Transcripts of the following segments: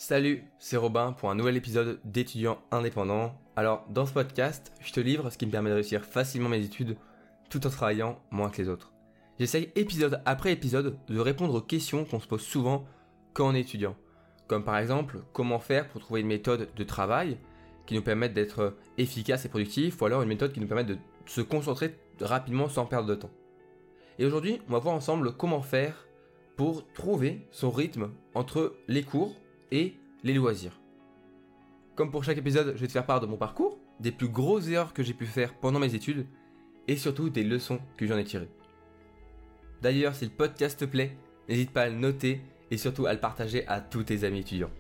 Salut, c'est Robin pour un nouvel épisode d'étudiants indépendants. Alors, dans ce podcast, je te livre ce qui me permet de réussir facilement mes études tout en travaillant moins que les autres. J'essaye épisode après épisode de répondre aux questions qu'on se pose souvent quand on est étudiant. Comme par exemple, comment faire pour trouver une méthode de travail qui nous permette d'être efficace et productif, ou alors une méthode qui nous permette de se concentrer rapidement sans perdre de temps. Et aujourd'hui, on va voir ensemble comment faire pour trouver son rythme entre les cours et les loisirs. Comme pour chaque épisode, je vais te faire part de mon parcours, des plus grosses erreurs que j'ai pu faire pendant mes études, et surtout des leçons que j'en ai tirées. D'ailleurs, si le podcast te plaît, n'hésite pas à le noter et surtout à le partager à tous tes amis étudiants.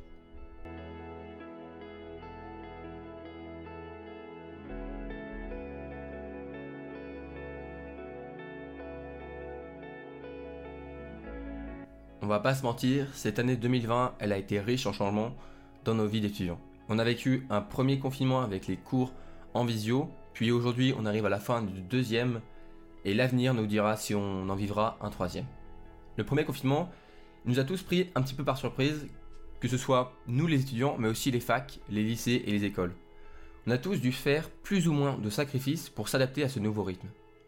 On va pas se mentir, cette année 2020, elle a été riche en changements dans nos vies d'étudiants. On a vécu un premier confinement avec les cours en visio, puis aujourd'hui on arrive à la fin du deuxième, et l'avenir nous dira si on en vivra un troisième. Le premier confinement nous a tous pris un petit peu par surprise, que ce soit nous les étudiants, mais aussi les facs, les lycées et les écoles. On a tous dû faire plus ou moins de sacrifices pour s'adapter à ce nouveau rythme.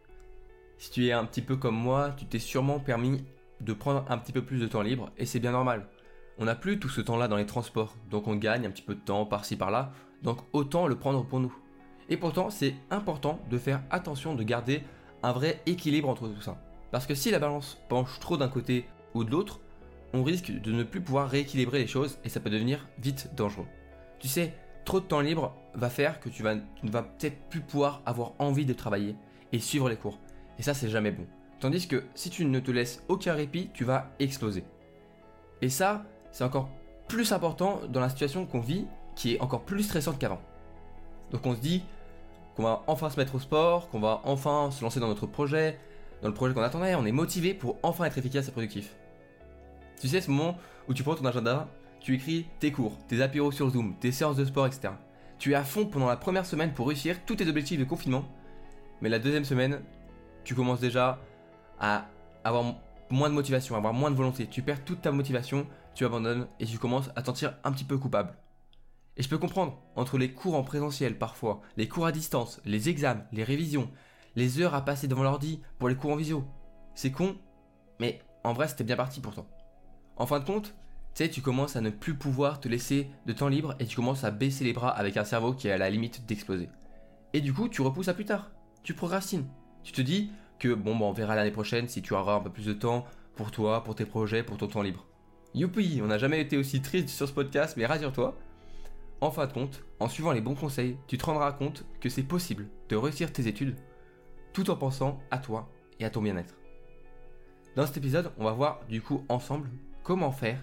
Si tu es un petit peu comme moi, tu t'es sûrement permis de prendre un petit peu plus de temps libre, et c'est bien normal. On n'a plus tout ce temps-là dans les transports, donc on gagne un petit peu de temps par-ci par-là, donc autant le prendre pour nous. Et pourtant, c'est important de faire attention de garder un vrai équilibre entre tout ça. Parce que si la balance penche trop d'un côté ou de l'autre, on risque de ne plus pouvoir rééquilibrer les choses et ça peut devenir vite dangereux. Tu sais, trop de temps libre va faire que tu ne vas peut-être plus pouvoir avoir envie de travailler et suivre les cours. Et ça, c'est jamais bon. Tandis que si tu ne te laisses aucun répit, tu vas exploser. Et ça, c'est encore plus important dans la situation qu'on vit, qui est encore plus stressante qu'avant. Donc on se dit qu'on va enfin se mettre au sport, qu'on va enfin se lancer dans notre projet, dans le projet qu'on attendait, on est motivé pour enfin être efficace et productif. Tu sais, ce moment où tu prends ton agenda, tu écris tes cours, tes apéros sur Zoom, tes séances de sport, etc. Tu es à fond pendant la première semaine pour réussir tous tes objectifs de confinement, mais la deuxième semaine, tu commences déjà à avoir moins de motivation, à avoir moins de volonté. Tu perds toute ta motivation, tu abandonnes et tu commences à te sentir un petit peu coupable. Et je peux comprendre, entre les cours en présentiel parfois, les cours à distance, les examens, les révisions, les heures à passer devant l'ordi pour les cours en visio. C'est con, mais en vrai c'était bien parti pourtant. En fin de compte, tu sais, tu commences à ne plus pouvoir te laisser de temps libre et tu commences à baisser les bras avec un cerveau qui est à la limite d'exploser. Et du coup, tu repousses à plus tard. Tu procrastines. Tu te dis que on verra l'année prochaine si tu auras un peu plus de temps pour toi, pour tes projets, pour ton temps libre. Youpi, on n'a jamais été aussi triste sur ce podcast, mais rassure-toi. En fin de compte, en suivant les bons conseils, tu te rendras compte que c'est possible de réussir tes études tout en pensant à toi et à ton bien-être. Dans cet épisode, on va voir du coup ensemble comment faire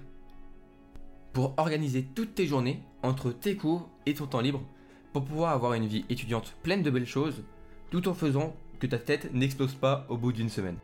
pour organiser toutes tes journées entre tes cours et ton temps libre pour pouvoir avoir une vie étudiante pleine de belles choses tout en faisant que ta tête n'explose pas au bout d'une semaine.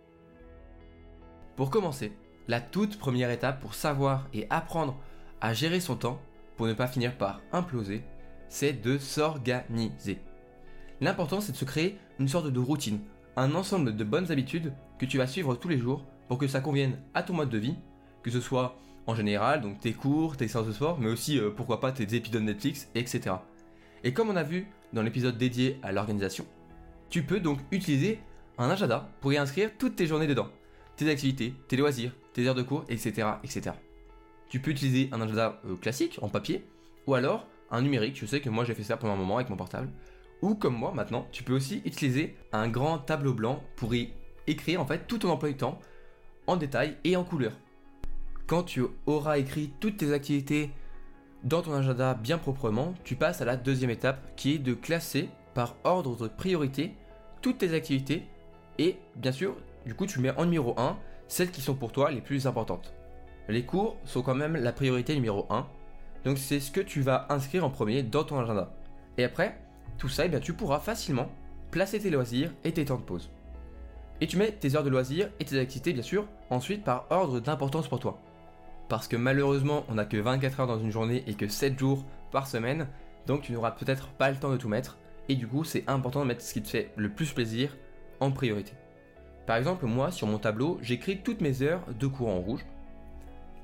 Pour commencer, la toute première étape pour savoir et apprendre à gérer son temps pour ne pas finir par imploser, c'est de s'organiser. L'important, c'est de se créer une sorte de routine, un ensemble de bonnes habitudes que tu vas suivre tous les jours pour que ça convienne à ton mode de vie, que ce soit en général, donc tes cours, tes séances de sport, mais aussi pourquoi pas tes épisodes Netflix, etc. Et comme on a vu dans l'épisode dédié à l'organisation, tu peux donc utiliser un agenda pour y inscrire toutes tes journées dedans, tes activités, tes loisirs, tes heures de cours, etc. etc. Tu peux utiliser un agenda classique, en papier, ou alors un numérique, je sais que moi j'ai fait ça pendant un moment avec mon portable, ou comme moi maintenant, tu peux aussi utiliser un grand tableau blanc pour y écrire en fait tout ton emploi du temps, en détail et en couleur. Quand tu auras écrit toutes tes activités dans ton agenda bien proprement, tu passes à la deuxième étape qui est de classer par ordre de priorité toutes tes activités et bien sûr, du coup tu mets en numéro 1 celles qui sont pour toi les plus importantes. Les cours sont quand même la priorité numéro 1, donc c'est ce que tu vas inscrire en premier dans ton agenda. Et après, tout ça, tu pourras facilement placer tes loisirs et tes temps de pause. Et tu mets tes heures de loisirs et tes activités bien sûr, ensuite par ordre d'importance pour toi. Parce que malheureusement, on n'a que 24 heures dans une journée et que 7 jours par semaine, donc tu n'auras peut-être pas le temps de tout mettre. Et du coup, c'est important de mettre ce qui te fait le plus plaisir en priorité. Par exemple, moi, sur mon tableau, j'écris toutes mes heures de cours en rouge,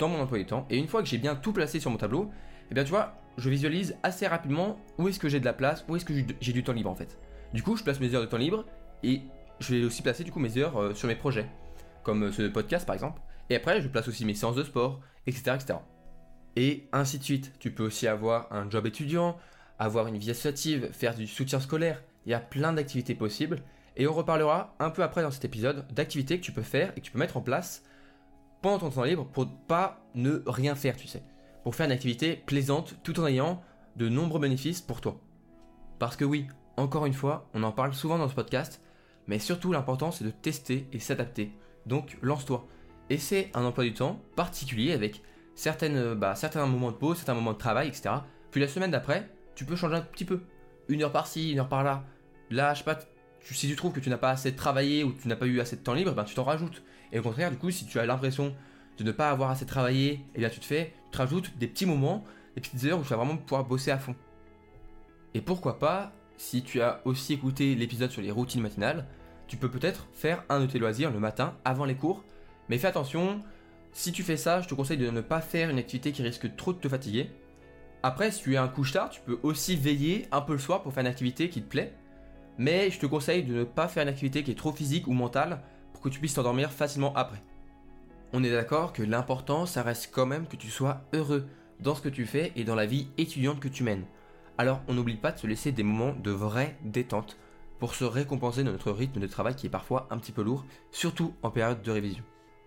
dans mon emploi du temps. Et une fois que j'ai bien tout placé sur mon tableau, eh bien tu vois, je visualise assez rapidement où est-ce que j'ai de la place, où est-ce que j'ai du temps libre en fait. Du coup, je place mes heures de temps libre et je vais aussi placer du coup mes heures sur mes projets, comme ce podcast par exemple. Et après, je place aussi mes séances de sport, etc., etc. Et ainsi de suite. Tu peux aussi avoir un job étudiant, avoir une vie associative, faire du soutien scolaire. Il y a plein d'activités possibles. Et on reparlera un peu après dans cet épisode d'activités que tu peux faire et que tu peux mettre en place pendant ton temps libre pour pas ne rien faire, tu sais. Pour faire une activité plaisante tout en ayant de nombreux bénéfices pour toi. Parce que oui, encore une fois, on en parle souvent dans ce podcast, mais surtout l'important c'est de tester et s'adapter. Donc lance-toi. Et c'est un emploi du temps particulier avec certains moments de pause, certains moments de travail, etc. Puis la semaine d'après, tu peux changer un petit peu. 1 heure par-ci, 1 heure par-là. Là, je sais pas, si tu trouves que tu n'as pas assez travaillé ou que tu n'as pas eu assez de temps libre, ben tu t'en rajoutes. Et au contraire, du coup, si tu as l'impression de ne pas avoir assez travaillé, eh bien tu te rajoutes des petits moments, des petites heures où tu vas vraiment pouvoir bosser à fond. Et pourquoi pas, si tu as aussi écouté l'épisode sur les routines matinales, tu peux peut-être faire un de tes loisirs le matin avant les cours. Mais fais attention, si tu fais ça, je te conseille de ne pas faire une activité qui risque trop de te fatiguer. Après, si tu es un couche-tard, tu peux aussi veiller un peu le soir pour faire une activité qui te plaît. Mais je te conseille de ne pas faire une activité qui est trop physique ou mentale pour que tu puisses t'endormir facilement après. On est d'accord que l'important, ça reste quand même que tu sois heureux dans ce que tu fais et dans la vie étudiante que tu mènes. Alors, on n'oublie pas de se laisser des moments de vraie détente pour se récompenser de notre rythme de travail qui est parfois un petit peu lourd, surtout en période de révision.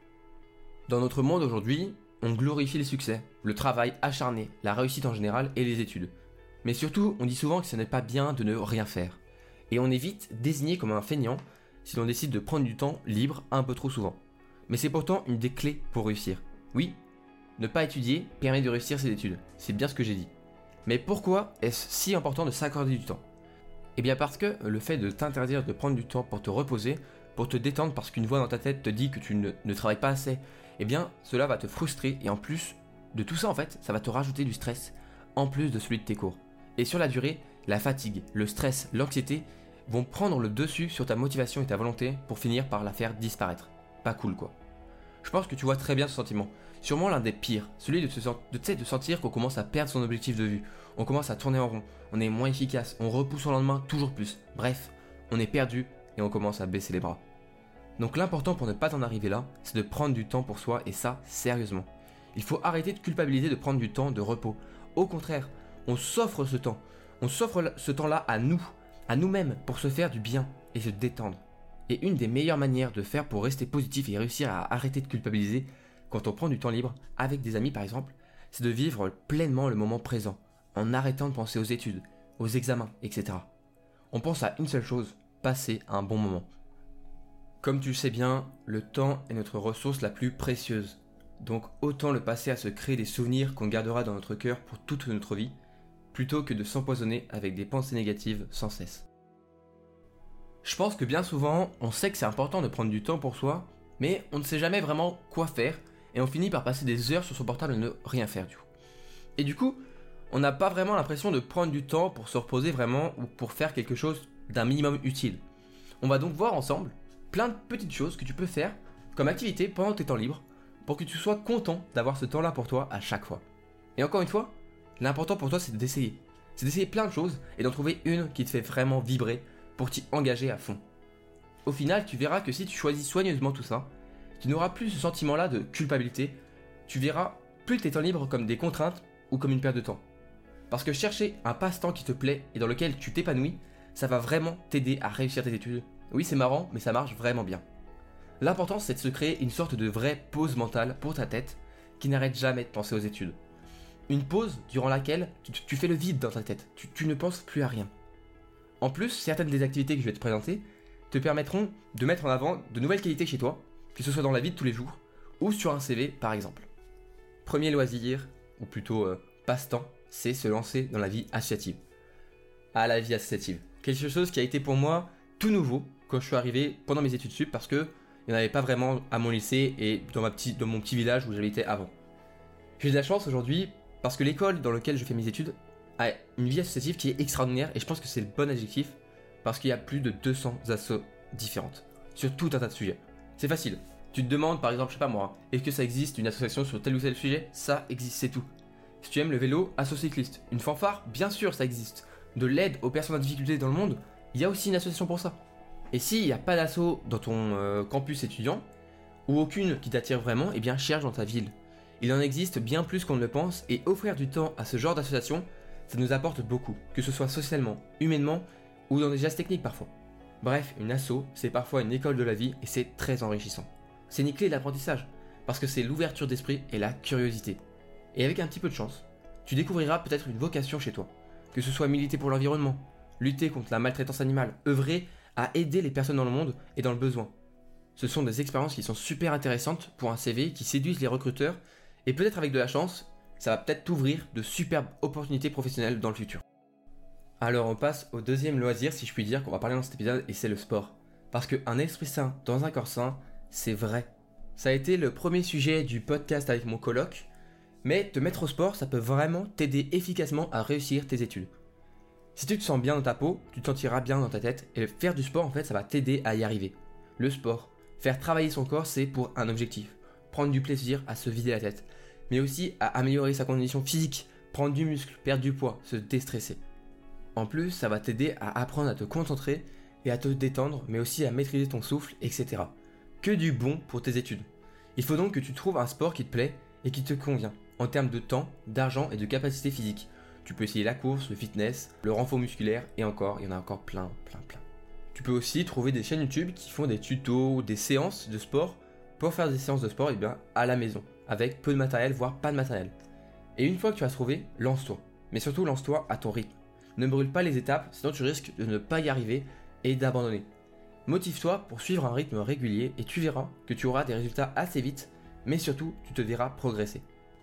Dans notre monde aujourd'hui, on glorifie le succès, le travail acharné, la réussite en général et les études. Mais surtout, on dit souvent que ce n'est pas bien de ne rien faire. Et on est vite désigné comme un feignant si l'on décide de prendre du temps libre un peu trop souvent. Mais c'est pourtant une des clés pour réussir. Oui, ne pas étudier permet de réussir ses études, c'est bien ce que j'ai dit. Mais pourquoi est-ce si important de s'accorder du temps ? Eh bien parce que le fait de t'interdire de prendre du temps pour te reposer, pour te détendre parce qu'une voix dans ta tête te dit que tu ne travailles pas assez, eh bien cela va te frustrer et en plus de tout ça en fait, ça va te rajouter du stress en plus de celui de tes cours. Et sur la durée, la fatigue, le stress, l'anxiété vont prendre le dessus sur ta motivation et ta volonté pour finir par la faire disparaître. Pas cool quoi. Je pense que tu vois très bien ce sentiment. Sûrement l'un des pires, celui de sentir qu'on commence à perdre son objectif de vue. On commence à tourner en rond, on est moins efficace, on repousse au lendemain toujours plus. Bref, on est perdu et on commence à baisser les bras. Donc l'important pour ne pas en arriver là, c'est de prendre du temps pour soi et ça, sérieusement. Il faut arrêter de culpabiliser de prendre du temps de repos. Au contraire, on s'offre ce temps. On s'offre ce temps-là à nous-mêmes pour se faire du bien et se détendre. Et une des meilleures manières de faire pour rester positif et réussir à arrêter de culpabiliser quand on prend du temps libre, avec des amis par exemple, c'est de vivre pleinement le moment présent, en arrêtant de penser aux études, aux examens, etc. On pense à une seule chose, passer un bon moment. Comme tu le sais bien, le temps est notre ressource la plus précieuse. Donc autant le passer à se créer des souvenirs qu'on gardera dans notre cœur pour toute notre vie, plutôt que de s'empoisonner avec des pensées négatives sans cesse. Je pense que bien souvent, on sait que c'est important de prendre du temps pour soi, mais on ne sait jamais vraiment quoi faire, et on finit par passer des heures sur son portable et ne rien faire du coup. Et du coup, on n'a pas vraiment l'impression de prendre du temps pour se reposer vraiment ou pour faire quelque chose d'un minimum utile. On va donc voir ensemble plein de petites choses que tu peux faire comme activité pendant tes temps libres pour que tu sois content d'avoir ce temps-là pour toi à chaque fois. Et encore une fois, l'important pour toi c'est d'essayer. C'est d'essayer plein de choses et d'en trouver une qui te fait vraiment vibrer pour t'y engager à fond. Au final, tu verras que si tu choisis soigneusement tout ça, tu n'auras plus ce sentiment-là de culpabilité, tu verras plus tes temps libres comme des contraintes ou comme une perte de temps. Parce que chercher un passe-temps qui te plaît et dans lequel tu t'épanouis, ça va vraiment t'aider à réussir tes études. Oui, c'est marrant, mais ça marche vraiment bien. L'important, c'est de se créer une sorte de vraie pause mentale pour ta tête qui n'arrête jamais de penser aux études. Une pause durant laquelle tu fais le vide dans ta tête, tu ne penses plus à rien. En plus, certaines des activités que je vais te présenter te permettront de mettre en avant de nouvelles qualités chez toi, que ce soit dans la vie de tous les jours ou sur un CV par exemple. Premier loisir, ou plutôt passe-temps, c'est se lancer dans la vie associative. Ah, la vie associative. Quelque chose qui a été pour moi tout nouveau quand je suis arrivé pendant mes études sup parce que il n'y en avait pas vraiment à mon lycée et dans mon petit village où j'habitais avant. J'ai de la chance aujourd'hui parce que l'école dans laquelle je fais mes études a une vie associative qui est extraordinaire et je pense que c'est le bon adjectif parce qu'il y a plus de 200 assos différentes sur tout un tas de sujets. C'est facile. Tu te demandes par exemple, je sais pas moi, est-ce que ça existe une association sur tel ou tel sujet? Ça existe, c'est tout. Si tu aimes le vélo, asso cycliste. Une fanfare, bien sûr ça existe. De l'aide aux personnes en difficulté dans le monde, il y a aussi une association pour ça. Et s'il n'y a pas d'asso dans ton campus étudiant, ou aucune qui t'attire vraiment, eh bien cherche dans ta ville. Il en existe bien plus qu'on ne le pense, et offrir du temps à ce genre d'association, ça nous apporte beaucoup, que ce soit socialement, humainement, ou dans des gestes techniques parfois. Bref, une asso, c'est parfois une école de la vie, et c'est très enrichissant. C'est une clé de l'apprentissage, parce que c'est l'ouverture d'esprit et la curiosité. Et avec un petit peu de chance, tu découvriras peut-être une vocation chez toi, que ce soit militer pour l'environnement, lutter contre la maltraitance animale, œuvrer à aider les personnes dans le monde et dans le besoin. Ce sont des expériences qui sont super intéressantes pour un CV, qui séduisent les recruteurs, et peut-être avec de la chance, ça va peut-être t'ouvrir de superbes opportunités professionnelles dans le futur. Alors on passe au deuxième loisir, si je puis dire, qu'on va parler dans cet épisode, et c'est le sport. Parce qu'un esprit sain dans un corps sain, c'est vrai. Ça a été le premier sujet du podcast avec mon coloc, mais te mettre au sport, ça peut vraiment t'aider efficacement à réussir tes études. Si tu te sens bien dans ta peau, tu te sentiras bien dans ta tête, et faire du sport en fait, ça va t'aider à y arriver. Le sport, faire travailler son corps, c'est pour un objectif. Prendre du plaisir à se vider la tête, mais aussi à améliorer sa condition physique, prendre du muscle, perdre du poids, se déstresser. En plus, ça va t'aider à apprendre à te concentrer et à te détendre, mais aussi à maîtriser ton souffle, etc. Que du bon pour tes études. Il faut donc que tu trouves un sport qui te plaît et qui te convient, en termes de temps, d'argent et de capacité physique. Tu peux essayer la course, le fitness, le renfort musculaire, et encore, il y en a encore plein. Tu peux aussi trouver des chaînes YouTube qui font des tutos, des séances de sport, pour faire des séances de sport à la maison, avec peu de matériel, voire pas de matériel. Et une fois que tu as trouvé, lance-toi. Mais surtout, lance-toi à ton rythme. Ne brûle pas les étapes, sinon tu risques de ne pas y arriver et d'abandonner. Motive-toi pour suivre un rythme régulier et tu verras que tu auras des résultats assez vite, mais surtout, tu te verras progresser.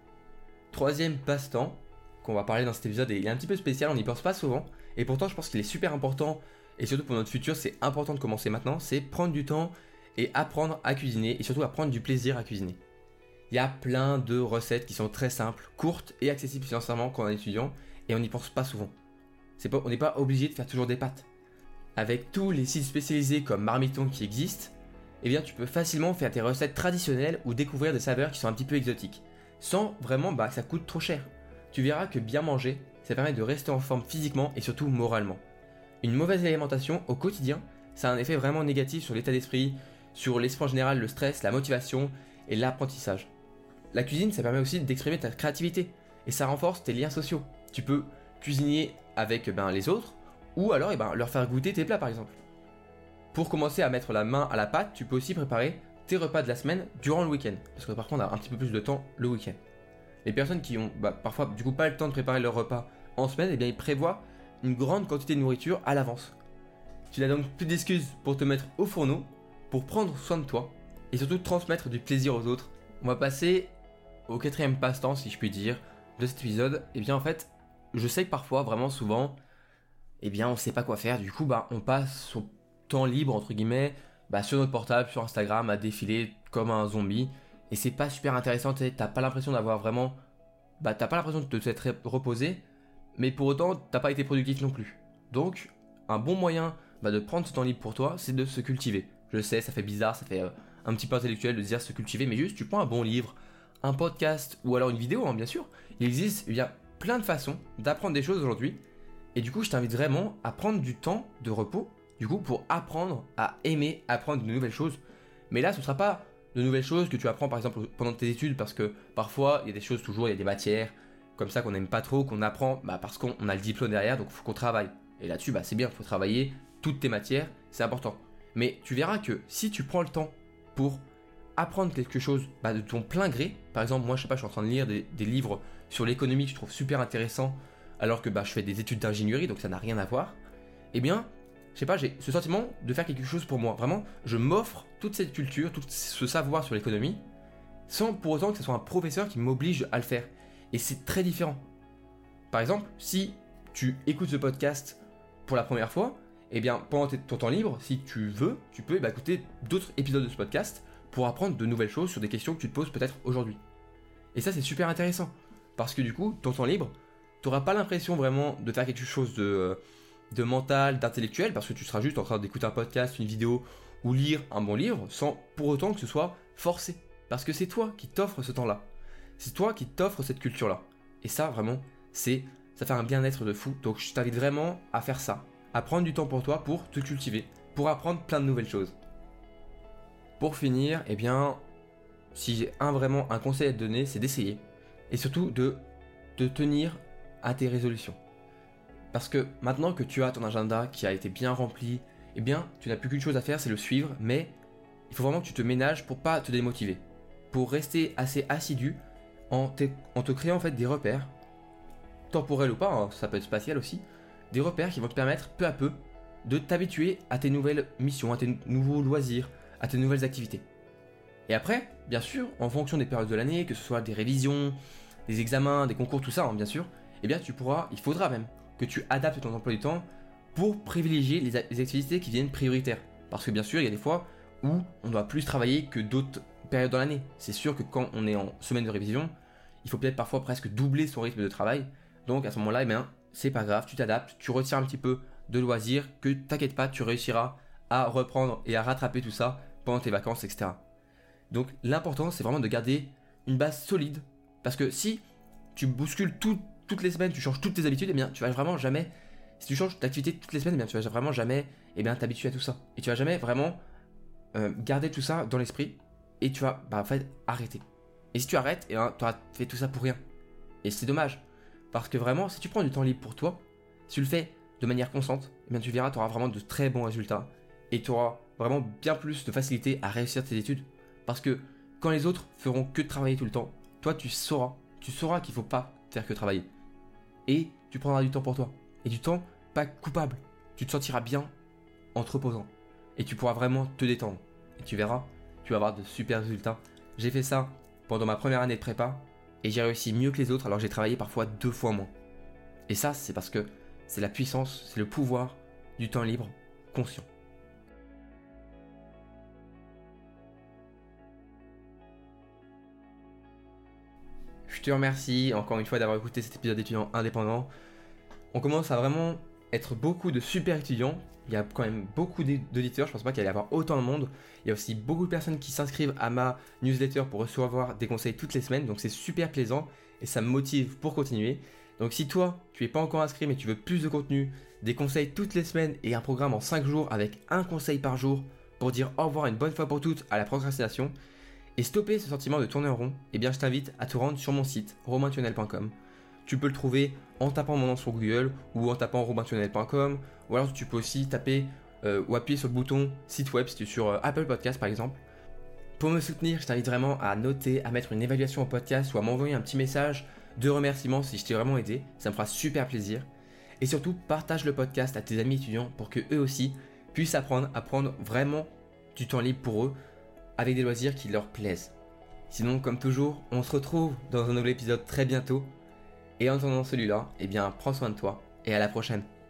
Troisième passe-temps, qu'on va parler dans cet épisode, et il est un petit peu spécial, on n'y pense pas souvent, et pourtant je pense qu'il est super important, et surtout pour notre futur, c'est important de commencer maintenant, c'est prendre du temps et apprendre à cuisiner, et surtout à prendre du plaisir à cuisiner. Il y a plein de recettes qui sont très simples, courtes et accessibles financièrement quand on est étudiant, et on n'y pense pas souvent. On n'est pas obligé de faire toujours des pâtes. Avec tous les sites spécialisés comme Marmiton qui existent, eh bien tu peux facilement faire tes recettes traditionnelles ou découvrir des saveurs qui sont un petit peu exotiques, sans vraiment que ça coûte trop cher. Tu verras que bien manger, ça permet de rester en forme physiquement et surtout moralement. Une mauvaise alimentation au quotidien, ça a un effet vraiment négatif sur l'état d'esprit, sur l'esprit en général, le stress, la motivation et l'apprentissage. La cuisine, ça permet aussi d'exprimer ta créativité et ça renforce tes liens sociaux. Tu peux cuisiner avec les autres ou alors leur faire goûter tes plats par exemple. Pour commencer à mettre la main à la pâte, tu peux aussi préparer tes repas de la semaine durant le week-end, parce que parfois on a un petit peu plus de temps le week-end. Les personnes qui ont parfois du coup pas le temps de préparer leur repas en semaine, eh bien ils prévoient une grande quantité de nourriture à l'avance. Tu n'as donc plus d'excuses pour te mettre au fourneau, pour prendre soin de toi et surtout transmettre du plaisir aux autres. On va passer au quatrième passe-temps, si je puis dire, de cet épisode. Et bien en fait, je sais que parfois, vraiment souvent, on sait pas quoi faire. Du coup, on passe son temps libre entre guillemets sur notre portable, sur Instagram, à défiler comme un zombie. Et c'est pas super intéressant. T'as pas l'impression d'avoir vraiment, t'as pas l'impression de t'être reposé, mais pour autant, t'as pas été productif non plus. Donc, un bon moyen de prendre ce temps libre pour toi, c'est de se cultiver. Je sais, ça fait bizarre, ça fait un petit peu intellectuel de dire se cultiver, mais juste tu prends un bon livre, un podcast ou alors une vidéo, bien sûr. Il existe plein de façons d'apprendre des choses aujourd'hui. Et du coup, je t'invite vraiment à prendre du temps de repos, pour apprendre à aimer apprendre de nouvelles choses. Mais là, ce ne sera pas de nouvelles choses que tu apprends par exemple pendant tes études, parce que parfois, il y a des choses toujours, il y a des matières comme ça qu'on n'aime pas trop, qu'on apprend parce qu'on a le diplôme derrière, donc il faut qu'on travaille. Et là-dessus, c'est bien, il faut travailler toutes tes matières, c'est important. Mais tu verras que si tu prends le temps pour apprendre quelque chose de ton plein gré, par exemple, moi, je suis en train de lire des livres sur l'économie que je trouve super intéressants, alors que je fais des études d'ingénierie, donc ça n'a rien à voir, j'ai ce sentiment de faire quelque chose pour moi. Vraiment, je m'offre toute cette culture, tout ce savoir sur l'économie, sans pour autant que ce soit un professeur qui m'oblige à le faire. Et c'est très différent. Par exemple, si tu écoutes ce podcast pour la première fois, pendant ton temps libre, si tu veux, tu peux écouter d'autres épisodes de ce podcast pour apprendre de nouvelles choses sur des questions que tu te poses peut-être aujourd'hui. Et ça, c'est super intéressant. Parce que du coup, ton temps libre, tu n'auras pas l'impression vraiment de faire quelque chose de mental, d'intellectuel, parce que tu seras juste en train d'écouter un podcast, une vidéo, ou lire un bon livre, sans pour autant que ce soit forcer. Parce que c'est toi qui t'offres ce temps-là. C'est toi qui t'offres cette culture-là. Et ça, vraiment, ça fait un bien-être de fou. Donc je t'invite vraiment à faire ça. À prendre du temps pour toi, pour te cultiver, pour apprendre plein de nouvelles choses. Pour finir, eh bien, si j'ai vraiment un conseil à te donner, c'est d'essayer. Et surtout de tenir à tes résolutions. Parce que maintenant que tu as ton agenda qui a été bien rempli, eh bien, tu n'as plus qu'une chose à faire, c'est le suivre, mais il faut vraiment que tu te ménages pour pas te démotiver. Pour rester assez assidu en te créant en fait des repères, temporels ou pas, hein, ça peut être spatial aussi, des repères qui vont te permettre peu à peu de t'habituer à tes nouvelles missions, à tes nouveaux loisirs, à tes nouvelles activités. Et après, bien sûr, en fonction des périodes de l'année, que ce soit des révisions, des examens, des concours, tout ça, hein, bien sûr, eh bien il faudra même que tu adaptes ton emploi du temps pour privilégier les activités qui viennent prioritaires. Parce que bien sûr, il y a des fois où on doit plus travailler que d'autres périodes dans l'année. C'est sûr que quand on est en semaine de révision, il faut peut-être parfois presque doubler son rythme de travail. Donc à ce moment-là, eh bien, c'est pas grave, tu t'adaptes, tu retires un petit peu de loisirs, que t'inquiète pas, tu réussiras à reprendre et à rattraper tout ça pendant tes vacances, etc. Donc l'important, c'est vraiment de garder une base solide. Parce que si tu bouscules toutes les semaines, tu changes toutes tes habitudes, eh bien, tu vas vraiment jamais. Si tu changes d'activité toutes les semaines, eh bien, tu vas vraiment jamais t'habituer à tout ça. Et tu vas jamais vraiment garder tout ça dans l'esprit. Et tu vas en fait arrêter. Et si tu arrêtes, tu auras fait tout ça pour rien. Et c'est dommage. Parce que vraiment, si tu prends du temps libre pour toi, si tu le fais de manière constante, eh bien, tu verras, tu auras vraiment de très bons résultats. Et tu auras vraiment bien plus de facilité à réussir tes études. Parce que quand les autres feront que de travailler tout le temps, toi tu sauras qu'il ne faut pas faire que travailler. Et tu prendras du temps pour toi. Et du temps pas coupable. Tu te sentiras bien en te reposant. Et tu pourras vraiment te détendre. Et tu verras, tu vas avoir de super résultats. J'ai fait ça pendant ma première année de prépa. Et j'ai réussi mieux que les autres alors que j'ai travaillé parfois 2 fois moins. Et ça, c'est parce que c'est la puissance, c'est le pouvoir du temps libre conscient. Je te remercie encore une fois d'avoir écouté cet épisode d'étudiant indépendant. On commence à vraiment être beaucoup de super étudiants. Il y a quand même beaucoup d'auditeurs, je pense pas qu'il y allait y avoir autant de monde. Il y a aussi beaucoup de personnes qui s'inscrivent à ma newsletter pour recevoir des conseils toutes les semaines. Donc c'est super plaisant et ça me motive pour continuer. Donc si toi, tu n'es pas encore inscrit mais tu veux plus de contenu, des conseils toutes les semaines et un programme en 5 jours avec un conseil par jour pour dire au revoir une bonne fois pour toutes à la procrastination et stopper ce sentiment de tourner en rond, eh bien je t'invite à te rendre sur mon site romaintunnel.com. Tu peux le trouver en tapant mon nom sur Google ou en tapant romaintunnel.com, ou alors tu peux aussi taper ou appuyer sur le bouton site web si tu es sur Apple Podcast par exemple. Pour me soutenir, je t'invite vraiment à noter, à mettre une évaluation au podcast ou à m'envoyer un petit message de remerciement si je t'ai vraiment aidé, ça me fera super plaisir. Et surtout, partage le podcast à tes amis étudiants pour que eux aussi puissent apprendre à prendre vraiment du temps libre pour eux avec des loisirs qui leur plaisent. Sinon, comme toujours, on se retrouve dans un nouvel épisode très bientôt. Et en attendant celui-là, eh bien, prends soin de toi et à la prochaine.